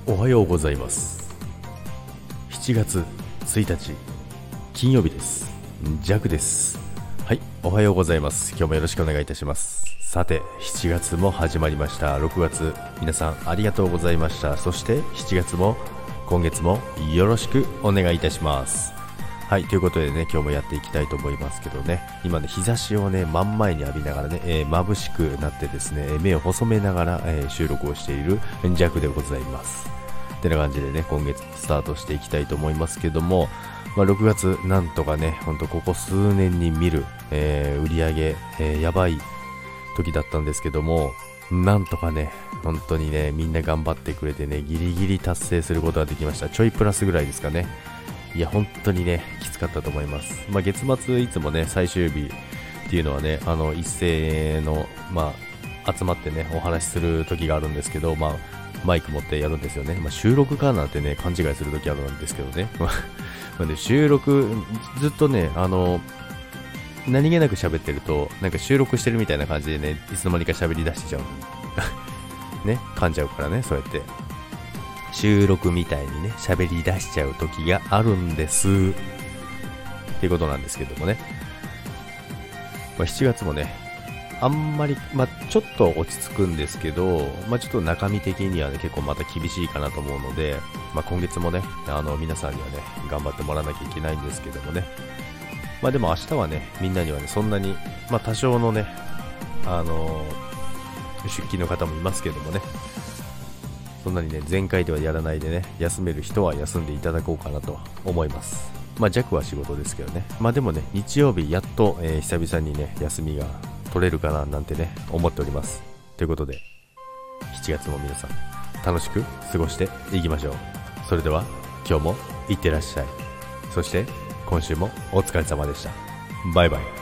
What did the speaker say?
おはようございます。7月1日金曜日です。ジャクです。はい、おはようございます。今日もよろしくお願いいたします。さて、7月も始まりました。6月、皆さんありがとうございました。そして7月も今月もよろしくお願いいたします。はい、ということでね、今日もやっていきたいと思いますけどね、今ね、日差しをね、真ん前に浴びながらね、眩しくなってですね、目を細めながら、収録をしているジャクでございます。ってな感じでね、今月スタートしていきたいと思いますけども、6月なんとかね、ほんとここ数年に見る、売り上げ、やばい時だったんですけども、なんとかね、本当にね、みんな頑張ってくれてね、ギリギリ達成することができました。ちょいプラスぐらいですかね。いや、本当にね、きつかったと思います。月末いつもね、最終日っていうのはね、一斉の、集まってね、お話しする時があるんですけど、マイク持ってやるんですよね。収録かなんてね、勘違いする時あるんですけどね。で収録、ずっとね、何気なく喋ってると、なんか収録してるみたいな感じでね、いつの間にか喋り出しちゃう。ね、噛んじゃうからね、そうやって。収録みたいにね、喋り出しちゃう時があるんです。っていうことなんですけどもね。7月もね、あんまり、ちょっと落ち着くんですけど、ちょっと中身的にはね、結構また厳しいかなと思うので、今月もね、皆さんにはね、頑張ってもらわなきゃいけないんですけどもね。でも明日はね、みんなにはね、そんなに、多少のね、出勤の方もいますけどもね、そんなにね、全開ではやらないでね、休める人は休んでいただこうかなと思います。弱は仕事ですけどね。でもね、日曜日やっと、久々にね、休みが取れるかななんてね、思っております。ということで、7月も皆さん、楽しく過ごしていきましょう。それでは、今日もいってらっしゃい。そして、今週もお疲れ様でした。バイバイ。